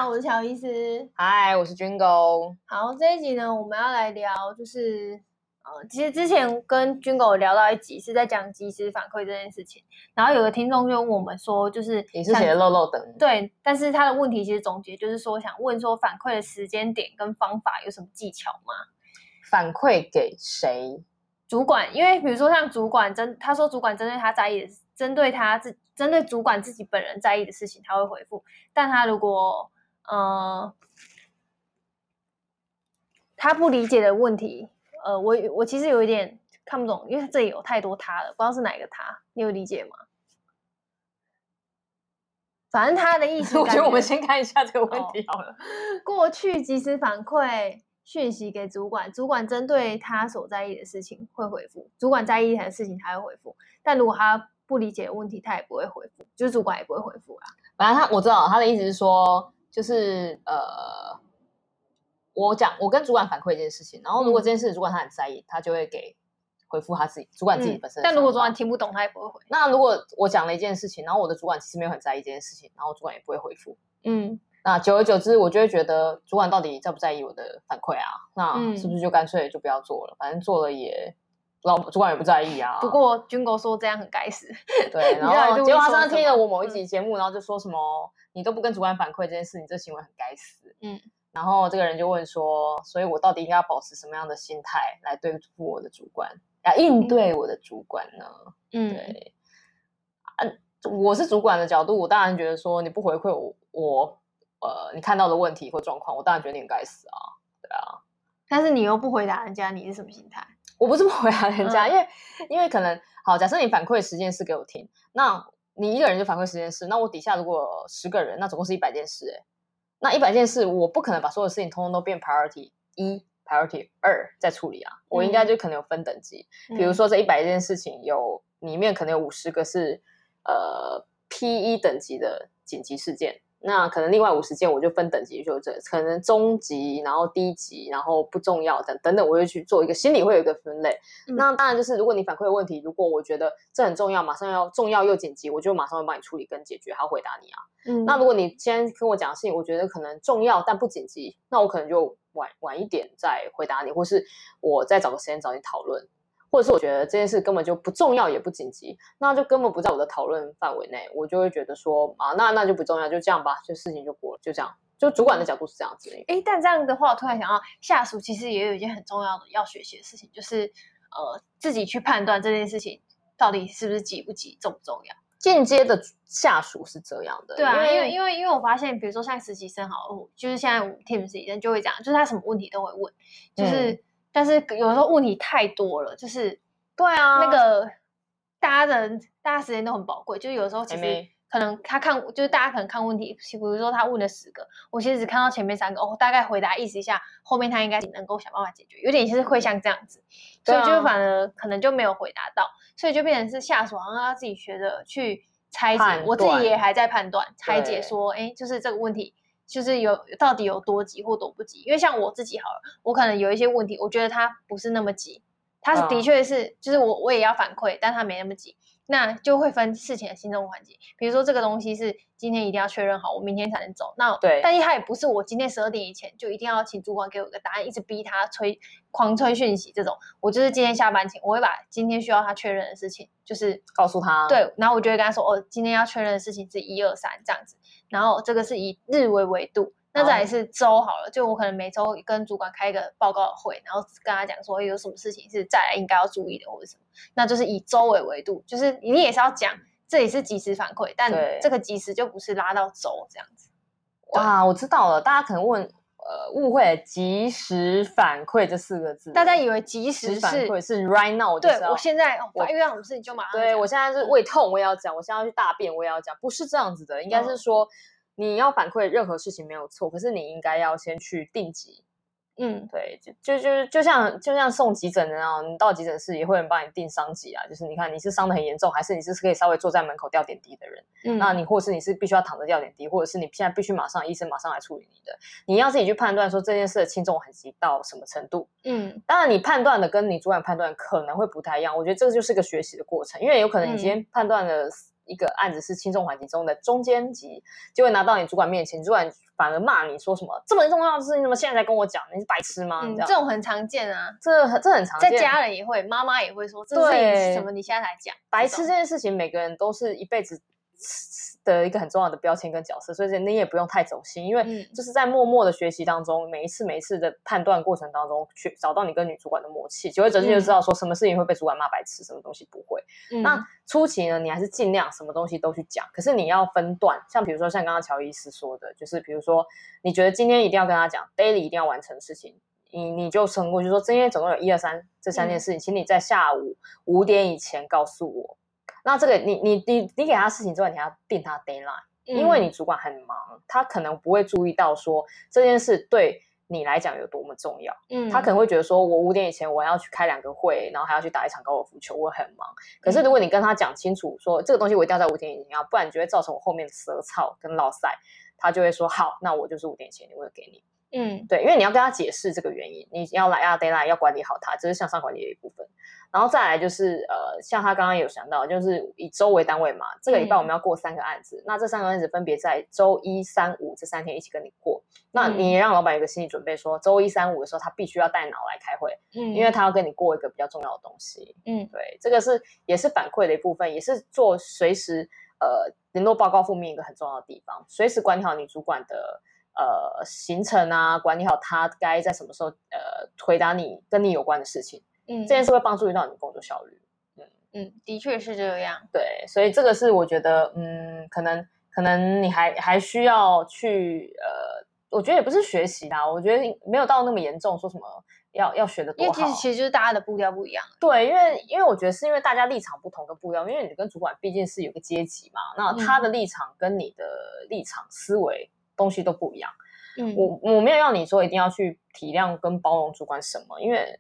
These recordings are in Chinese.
好，我是乔医师。 嗨，我是军狗。 好，这一集呢，我们要来聊，就是其实之前跟军狗聊到一集，是在讲即时反馈这件事情。然后有个听众就问我们说，就是你是写的漏漏等？ 对，但是他的问题其实总结就是说，想问说反馈的时间点跟方法有什么技巧吗？ 反馈给谁？ 主管，因为比如说像主管他说主管针对他在意的，针对主管自己本人在意的事情，他会回复。但他如果他不理解的问题，我其实有一点看不懂，因为这里有太多他了，不知道是哪个他，你有理解吗？反正他的意思， 我觉得我们先看一下这个问题好了。 过去即时反馈讯息给主管，主管针对他所在意的事情会回复，主管在意的事情他会回复，但如果他不理解的问题，他也不会回复，就是主管也不会回复啦。 反正我知道他的意思是说，就是我跟主管反馈一件事情，然后如果这件事主管他很在意，他就会回复他自己主管自己本身的想法。 但如果主管听不懂，他也不会回。 那如果我讲了一件事情，然后我的主管其实没有很在意这件事情，然后主管也不会回复。那久而久之，我就会觉得主管到底在不在意我的反馈啊？那是不是就干脆就不要做了？反正做了主管也不在意啊。 不过军狗说这样很该死。 对，然后结果他上次听了我某一集节目，然后就说什么你都不跟主管反馈这件事，你这行为很该死。然后这个人就问说，所以我到底应该要保持什么样的心态来对付我的主管，来应对我的主管呢？对，我是主管的角度，我当然觉得说你不回馈我你看到的问题或状况，我当然觉得你很该死啊。对啊， 但是你又不回答人家，你是什么心态？ 我不是不回答人家，因为可能好，假设你反馈10件事给我听，那你一个人就反馈10件事，那我底下如果10个人，那总共是100件事那100件事，我不可能把所有事情通通都变 priority 1、priority 2再处理啊。我应该就可能有分等级，比如说这100件事情里面可能有50个是P1 等级的紧急事件，那可能另外50件我就分等级，就可能中级，然后低级，然后不重要等等，我会去做一个心里会有一个分类。那当然就是如果你反馈的问题，如果我觉得这很重要，马上要重要又紧急，我就马上会帮你处理跟解决，还要回答你啊。那如果你先跟我讲的事情，我觉得可能重要但不紧急，那我可能就晚一点再回答你，或是我再找个时间找你讨论，或者是我觉得这件事根本就不重要也不紧急，那就根本不在我的讨论范围内，我就会觉得说啊，那就不重要，就这样吧，就事情就过了，就这样。就主管的角度是这样子。 但这样的话，我突然想到，下属其实也有一件很重要的要学习的事情，就是自己去判断这件事情到底是不是急不急、重不重要。 间接的下属是这样的， 对啊，因为我发现，比如说像实习生好，就是现在我们 team 实习生就会这样，就是他什么问题都会问，就是但是有时候问题太多了，就是对啊， 那个大家时间都很宝贵，就是有时候其实可能就是大家可能看问题，比如说他问了10个，我其实只看到前面3个，大概回答意思一下，后面他应该能够想办法解决，有点是会像这样子，所以就反而可能就没有回答到，所以就变成是下属好像要自己学着去拆解，我自己也还在判断拆解说，就是这个问题就是到底有多急或多不急，因为像我自己好了，我可能有一些问题，我觉得它不是那么急，它的确是就是我也要反馈，但它没那么急。那就会分事情的轻重缓急，比如说这个东西是今天一定要确认好，我明天才能走。那对，但是它也不是我今天12点以前就一定要请主管给我一个答案，一直逼他狂催讯息这种。我就是今天下班前，我会把今天需要他确认的事情，就是告诉他。 对，然后我就会跟他说，今天要确认的事情是1、2、3这样子。然后这个是以日为维度。那再来是周好了，就我可能每周跟主管开一个报告的会，然后跟他讲说有什么事情是再来应该要注意的或者什么，那就是以周为维度，就是你也是要讲这也是即时反馈，但这个即时就不是拉到周这样子。 哇，我知道了，大家可能误会即时反馈这4个字， 大家以为即时反馈是 right now， 对，我现在遇到什么事情就马上对，我现在是胃痛我也要讲，我现在要去大便我也要讲，不是这样子的，应该是说你要反馈任何事情没有错，可是你应该要先去定级。对，就像送急诊的啊，你到急诊室也会有人帮你定伤级啊，就是你看你是伤得很严重，还是你是可以稍微坐在门口吊点滴的人，那你或是你是必须要躺着吊点滴，或者是你现在必须医生马上来处理你的，你要自己去判断说这件事的轻重缓急到什么程度。当然你判断的跟你主管判断可能会不太一样，我觉得这个就是个学习的过程，因为有可能你今天判断了一个案子是轻重缓急中的中间级，就会拿到你主管面前，主管反而骂你说什么这么重要的事情，怎么现在才跟我讲？你是白痴吗？ 这种很常见啊， 这很常见， 在家人也会，妈妈也会说，这是什么？你现在才讲？ 白痴这件事情，每个人都是一辈子的一个很重要的标签跟角色，所以你也不用太走心，因为就是在默默的学习当中，每一次的判断过程当中，去找到你跟女主管的默契，久而久之就知道说什么事情会被主管骂白痴，什么东西不会。那初期呢，你还是尽量什么东西都去讲，可是你要分段，像比如说像刚刚乔医师说的，就是比如说你觉得今天一定要跟他讲 daily 一定要完成的事情，你就撑过去说今天总共有1、2、3这3件事情，请你在下午5点以前告诉我。那这个你给他事情之外，你还要定他 deadline，因为你主管很忙，他可能不会注意到说这件事对你来讲有多么重要。他可能会觉得说我5点以前我要去开2个会，然后还要去打1场高尔夫球，我很忙。可是如果你跟他讲清楚说这个东西我一定要在5点以前要，不然你就会造成我后面的舌操跟落塞，他就会说好，那我就是5点前我就给你。对，因为你要跟他解释这个原因，你要来deadline要管理好它，这是向上管理的一部分。然后再来就是像他刚刚有想到，就是以周为单位嘛，这个礼拜我们要过3个案子，那这3个案子分别在周1、3、5这3天一起跟你过。那你也让老板有个心理准备说，周1、3、5的时候他必须要带脑来开会，因为他要跟你过一个比较重要的东西。对，这个也是反馈的一部分，也是做随时联络报告负面一个很重要的地方，随时管理好你主管的行程啊，管理好他该在什么时候回答你跟你有关的事情。这件事会帮助到你的工作效率。 的确是这样。 对，所以这个是我觉得可能你还需要去我觉得也不是学习啦，我觉得没有到那么严重，说什么要学得多好， 因为其实就是大家的步调不一样。 对，因为我觉得是因为大家立场不同跟步调，因为你跟主管毕竟是有个阶级嘛，那他的立场跟你的立场思维东西都不一样。我没有要你说一定要去体谅跟包容主管什么，因为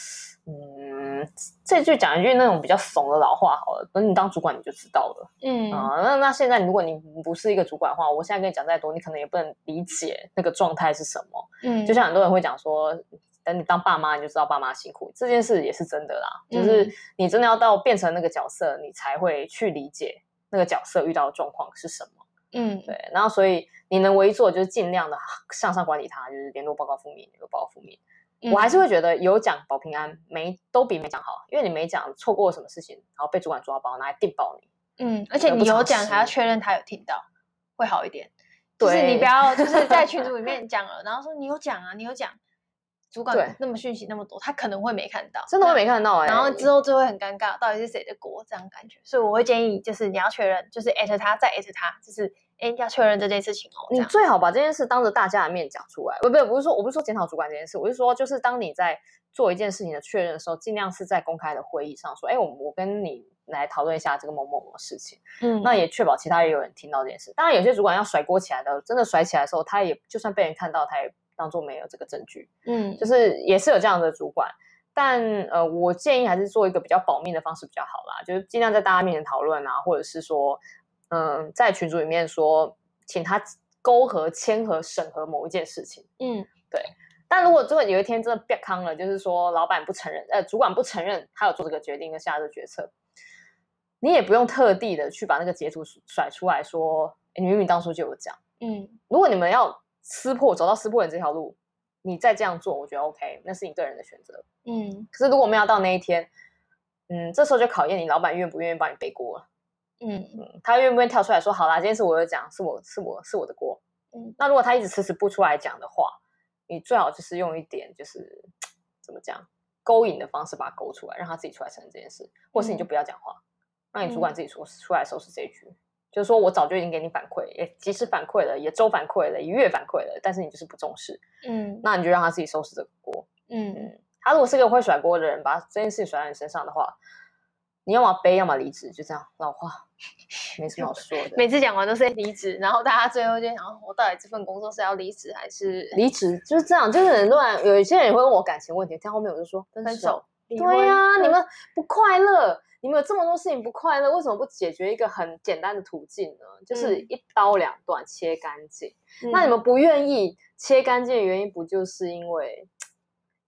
这句讲一句那种比较怂的老话好了，等你当主管你就知道了。那现在如果你不是一个主管的话，我现在跟你讲再多，你可能也不能理解那个状态是什么。就像很多人会讲说，等你当爸妈你就知道爸妈辛苦，这件事也是真的啦。就是你真的要到变成那个角色，你才会去理解那个角色遇到的状况是什么。对，然后所以你能唯一做的就是尽量的向上管理它，就是联络报告负面，联络报告负面。我还是会觉得有讲保平安，都比没讲好，因为你没讲错过什么事情，然后被主管抓包拿来定爆你。 而且你有讲还要确认他有听到，会好一点。就是你不要就是在群组里面讲了，然后说你有讲啊，你有讲，主管那么讯息那么多，他可能会没看到， 真的会没看到。 然后之后就会很尴尬，到底是谁的锅这样感觉。所以我会建议就是你要确认，就是@他再@他，就是要确认这件事情哦。 你最好把这件事当着大家的面讲出来。我不是说检讨主管这件事，我是说就是当你在做一件事情的确认的时候，尽量是在公开的会议上说，我跟你来讨论一下这个某某某事情。那也确保其他也有人听到这件事。当然有些主管要甩锅起来的，真的甩起来的时候，他也就算被人看到，他也当作没有这个证据。就是也是有这样的主管。但我建议还是做一个比较保密的方式比较好啦，就是尽量在大家面前讨论啊，或者是说在群组里面说请他勾核、签核、审核某一件事情。对。但如果这个有一天真的变康了，就是说老板不承认，主管不承认他有做这个决定跟下这个决策，你也不用特地的去把那个截图甩出来说，你明明当初就有讲。如果你们要走到撕破脸这条路，你再这样做，我觉得 OK， 那是你个人的选择。可是如果没有到那一天，这时候就考验你老板愿不愿意帮你背锅了。他愿不愿意跳出来说，好啦，这件事我有讲，是我的锅。那如果他一直迟迟不出来讲的话，你最好就是用一点就是怎么讲勾引的方式把它勾出来，让他自己出来承认这件事，或是你就不要讲话，让你主管自己出来收拾这一局。就是说我早就已经给你反馈，也及时反馈了，也周反馈了，也月反馈了，但是你就是不重视。那你就让他自己收拾这个锅。他如果是个会甩锅的人，把这件事情甩在你身上的话，你要么背，要么离职，就这样，老话没什么好说的。 每次讲完都是离职，然后大家最后就想，我到底这份工作是要离职还是离职？就是这样，就是很多人有一些人也会问我感情问题，在后面我就说分手。对呀，你们不快乐，你们有这么多事情不快乐，为什么不解决一个很简单的途径呢？就是一刀两断，切干净。那你们不愿意切干净的原因，不就是因为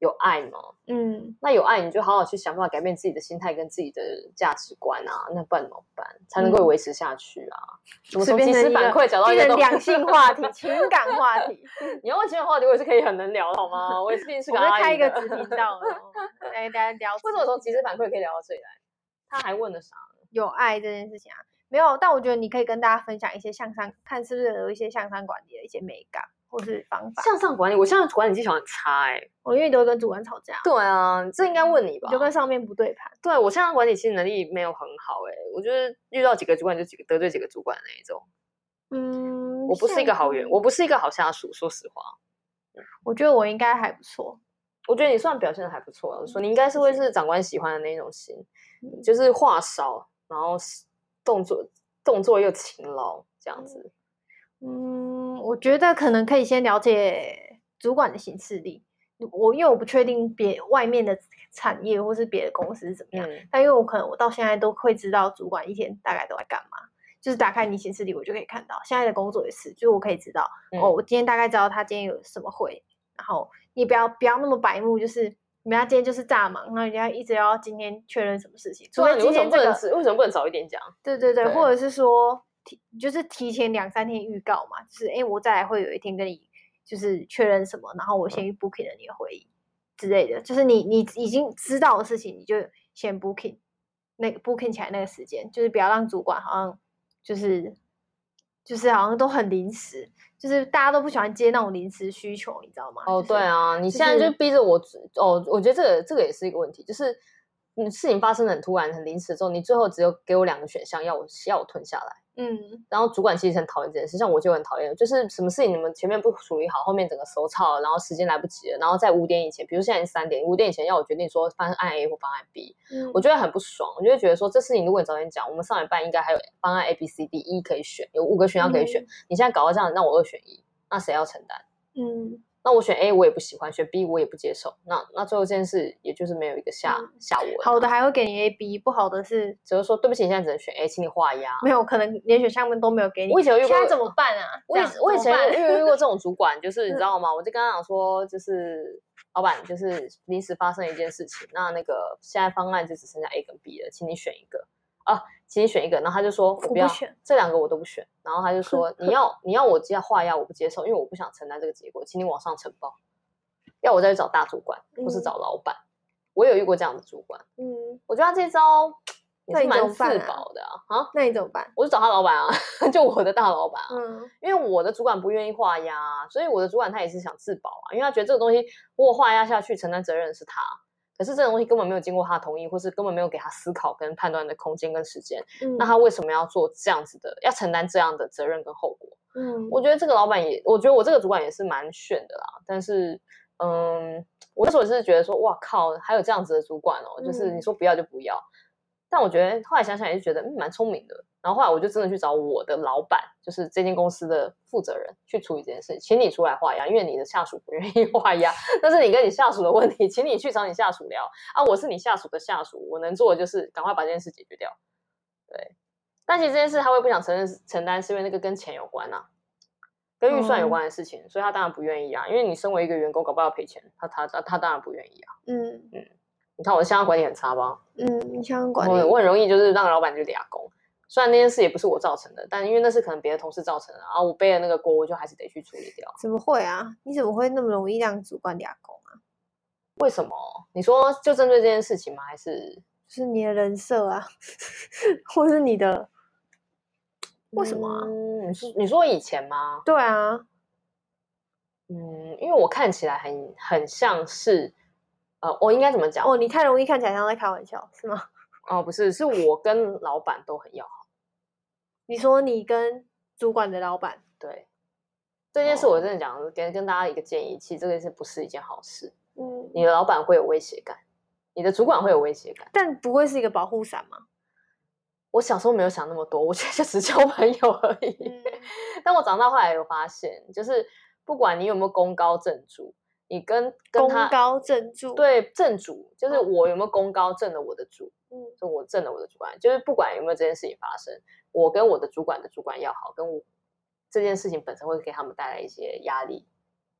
有爱吗？那有爱你就好好去想办法改变自己的心态跟自己的价值观啊，那不然怎么办？才能够维持下去啊？怎么从即时反馈讲到一个两性话题、情感话题？ 你要问情感话题，我也是可以很能聊的好吗？我也是毕竟是个阿姨。 我开一个子频道了，来大家聊。 为什么从即时反馈可以聊到这里来？他还问了啥呢？ 有爱这件事情啊，没有，但我觉得你可以跟大家分享一些向上，看是不是有一些向上管理的一些美感或是方法。 向上管理，我现在管理技巧很差我因为都会跟主管吵架。 对啊，这应该问你吧？ 就跟上面不对盘。 对，我向上管理其实能力没有很好我觉得遇到几个主管就得罪几个主管那一种。我不是一个好员，我不是一个好下属，说实话。 我觉得我应该还不错。 我觉得你算表现的还不错了，说你应该是会是长官喜欢的那种型，就是话少，然后动作又勤劳这样子。 我觉得可能可以先了解主管的行事历。因为我不确定外面的产业或是别的公司是怎么样，但因为我到现在都会知道主管一天大概都在干嘛，就是打开你行事历我就可以看到。现在的工作也是，就是我可以知道我今天大概知道他今天有什么会，然后你不要那么白目，就是人家今天就是炸忙，那人家一直要今天确认什么事情，除非今天为什么不能早一点讲？ 对，或者是说就是提前2-3天预告嘛，就是我再来会有一天跟你就是确认什么，然后我先去 booking 了你的会议之类的，就是你已经知道的事情，你就先 booking 起来那个时间，就是不要让主管好像就是好像都很临时，就是大家都不喜欢接那种临时需求，你知道吗？ 对啊，你现在就逼着我我觉得这个也是一个问题，就是事情发生的很突然、很临时之后，你最后只有给我2个选项，要我吞下来。然后主管其实很讨厌这件事，像我就很讨厌，就是什么事情你们前面不处理好，后面整个手操了，然后时间来不及了，然后在5点以前，比如现在3点，5点以前要我决定说方案 A 或方案 B，我觉得很不爽，我就会觉得说这事情如果你早点讲，我们上礼拜应该还有方案 A、B、C、D、E 可以选，有5个选项可以选，你现在搞到这样，让我2选1，那谁要承担？那我选 A 我也不喜欢，选 B 我也不接受，那最后这件事也就是没有一个下文。 好的还会给你 A、B， 不好的是只是说对不起，你现在只能选 A， 请你画押。 没有可能连选项都没有给你。 我以前有遇过， 现在怎么办啊？ 我以前有遇过这种主管，就是你知道吗？我就跟他讲说，就是老板，就是临时发生一件事情，那个现在方案就只剩下 A 跟 B 了，请你选一个啊。请你选一个，然后他就说我不要选这2个我都不选，然后他就说你要我接画押我不接受，因为我不想承担这个结果，请你往上呈报，要我再去找大主管或是找老板。我有遇过这样的主管，我觉得他这招也是蛮自保的啊。 那你怎么办？ 我就找他老板啊，就我的大老板因为我的主管不愿意画押，所以我的主管他也是想自保因为他觉得这个东西如果画押下去，承担责任的是他。可是这种东西根本没有经过他同意，或是根本没有给他思考跟判断的空间跟时间，那他为什么要做这样子的，要承担这样的责任跟后果？我觉得这个老板我觉得我这个主管也是蛮炫的啦。但是，我那时候也是觉得说，哇靠，还有这样子的主管就是你说不要就不要。但我觉得后来想想也是觉得蛮聪明的。然后后来我就真的去找我的老板，就是这间公司的负责人去处理这件事，请你出来画押，因为你的下属不愿意画押，那是你跟你下属的问题，请你去找你下属聊我是你下属的下属，我能做的就是赶快把这件事解决掉。对，但其实这件事他会不想承担，是因为那个跟钱有关跟预算有关的事情，所以他当然不愿意因为你身为一个员工，搞不好要赔钱，他当然不愿意你看我的向上管理很差吧？ 你向上管理， 我很容易就是让老板就俩工。虽然那件事也不是我造成的，但因为那是可能别的同事造成的我背了那个锅，我就还是得去处理掉。 怎么会啊？你怎么会那么容易让主管俩工啊？ 为什么？你说就针对这件事情吗？还是就是你的人设或是你的为什么你说以前吗？ 对啊， 因为我看起来很像是我应该怎么讲？ 你太容易看起来像在开玩笑，是吗？ 不是，是我跟老板都很要好。 你说你跟主管的老板？ 对，这件事我真的讲跟大家一个建议，其实这个是不是一件好事？你的老板会有威胁感，你的主管会有威胁感， 但不会是一个保护伞吗？ 我小时候没有想那么多，我觉得就只交朋友而已。但我长大后来有发现，就是不管你有没有功高震主，你跟他功高震主， 对，震主就是我有没有功高震了我的主，就我震了我的主管，就是不管有没有这件事情发生，我跟我的主管的主管要好，跟我这件事情本身会给他们带来一些压力。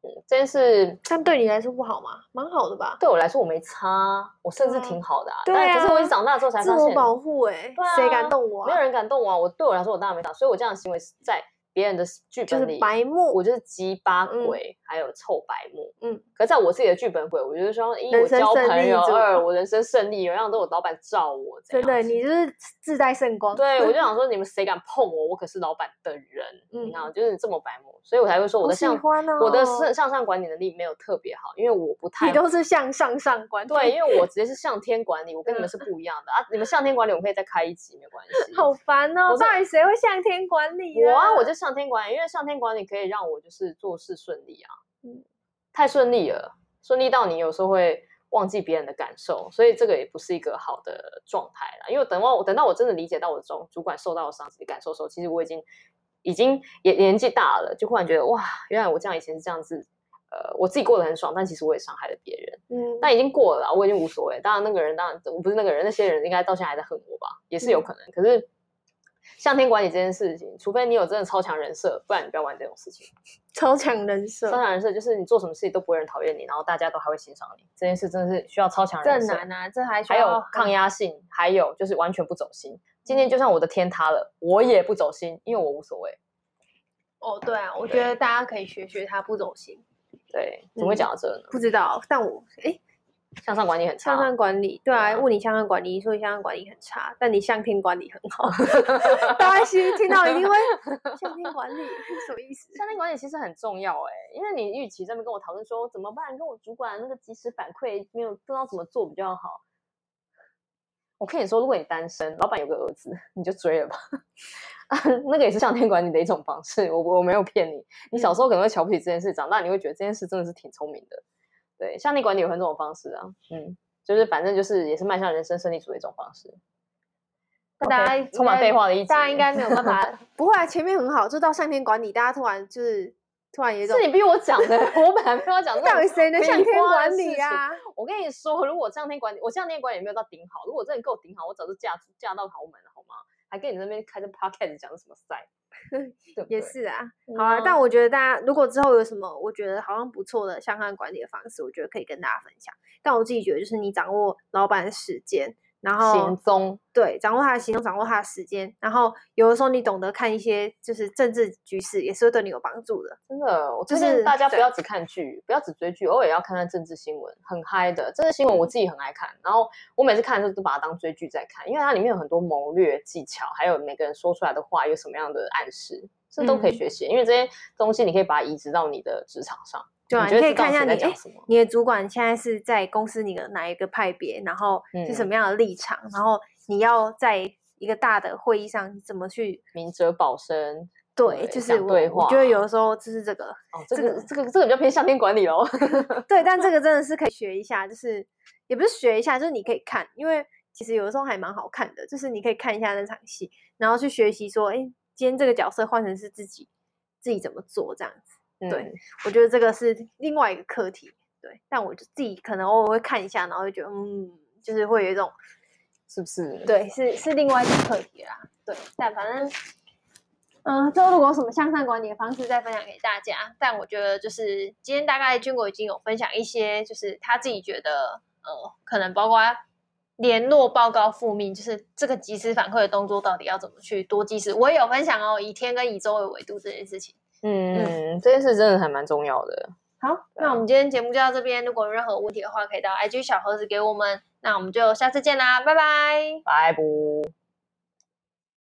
这件事， 但对你来说不好吗？蛮好的吧？ 对我来说我没差，我甚至挺好的啊。 对啊， 但可是我一直长大之后才发现， 自我保护对啊，谁敢动我啊？ 没有人敢动我啊！对我来说我当然没差，所以我这样的行为是在别人的剧本里， 就是白目， 我就是鸡巴鬼，还有臭白目。可是在我自己的剧本鬼，我就是说，一我交朋友，二我人生胜利，有样都有老板罩我。 真的，你就是自带圣光。 对，我就想说，你们谁敢碰我？我可是老板的人，你看，就是这么白目，所以我才会说我的我的向上管理能力没有特别好，因为我不太， 你都是向上管理。 对，因为我直接是向天管理，我跟你们是不一样的啊。你们向天管理，我们可以再开一集，没关系。 好烦哦！到底谁会向天管理？ 我啊，我就向天管理，因为向天管理可以让我就是做事顺利啊。太顺利了，顺利到你有时候会忘记别人的感受，所以这个也不是一个好的状态啦。因为等到我真的理解到我的主管受到的伤的感受的时候，其实我已经也年纪大了，就忽然觉得哇，原来我这样以前是这样子，我自己过得很爽，但其实我也伤害了别人。但已经过了啦，我已经无所谓。当然那个人，我不是那个人，那些人应该到现在还在恨我吧，也是有可能。可是向天管理这件事情，除非你有真的超强人设，不然你不要玩这种事情。 超强人设就是你做什么事情都不会有人讨厌你，然后大家都还会欣赏你。这件事真的是需要超强人设， 这难啊，这还有抗压性，还有就是完全不走心。今天就算我的天塌了，我也不走心，因为我无所谓。 哦，对啊，我觉得大家可以学他不走心。 对，怎么会讲到这呢？ 不知道，但我向上管理很差。 向上管理，对啊，问你向上管理，说你向上管理很差，但你向天管理很好。大家听到一定会向天管理什么意思？ 向天管理其实很重要因为你预期这边跟我讨论说怎么办，跟我主管那个及时反馈没有不知道怎么做比较好。我跟你说，如果你单身，老板有个儿子，你就追了吧。那个也是向天管理的一种方式，我没有骗你。你小时候可能会瞧不起这件事，长大你会觉得这件事真的是挺聪明的。对，向天管理有很多种方式啊，就是反正就是也是迈向人生胜利组的一种方式。大家充满废话的一集， 大家应该没有办法。不会啊，前面很好，就到向天管理，大家突然有一种， 是你逼我讲的，我本来没有讲。 到底谁能向天管理啊？ 我跟你说，如果向天管理，我向天管理没有到顶好，如果真的够顶好，我早就嫁到豪门了，好吗？还跟你那边开着 podcast 讲什么赛？ 也是啊，好啊。但我觉得大家如果之后有什么我觉得好像不错的向上管理的方式，我觉得可以跟大家分享。但我自己觉得就是你掌握老板的时间，然后行踪， 对，掌握他的行踪，掌握他的时间，然后有的时候你懂得看一些就是政治局势，也是会对你有帮助的。 真的，我推荐大家不要只看剧，不要只追剧，偶尔也要看看政治新闻，很嗨的政治新闻，我自己很爱看。然后我每次看的时候都把它当追剧在看，因为它里面有很多谋略技巧，还有每个人说出来的话有什么样的暗示，这都可以学习。因为这些东西你可以把它移植到你的职场上。 对啊，你可以看一下你的主管现在是在公司你的哪一个派别，然后是什么样的立场，然后你要在一个大的会议上怎么去明哲保身。 对，就是我觉得有的时候就是这个这个比较偏向天管理咯。 对，但这个真的是可以学一下，就是也不是学一下，就是你可以看，因为其实有的时候还蛮好看的，就是你可以看一下那场戏，然后去学习说，今天这个角色换成是自己怎么做这样子。对，我觉得这个是另外一个课题。对，但我就自己可能偶尔会看一下，然后就觉得就是会有一种， 是不是？ 对，是另外一个课题啦。对，但反正之后如果有什么向上管理的方式再分享给大家。但我觉得就是今天大概军国已经有分享一些，就是他自己觉得可能包括联络报告复命，就是这个即时反馈的动作到底要怎么去多即时，我也有分享以天跟以周为纬度这件事情。 这件事真的还蛮重要的。 好，那我们今天节目就到这边。如果有任何问题的话，可以到 IG 小盒子给我们。那我们就下次见啦，拜拜， 拜拜。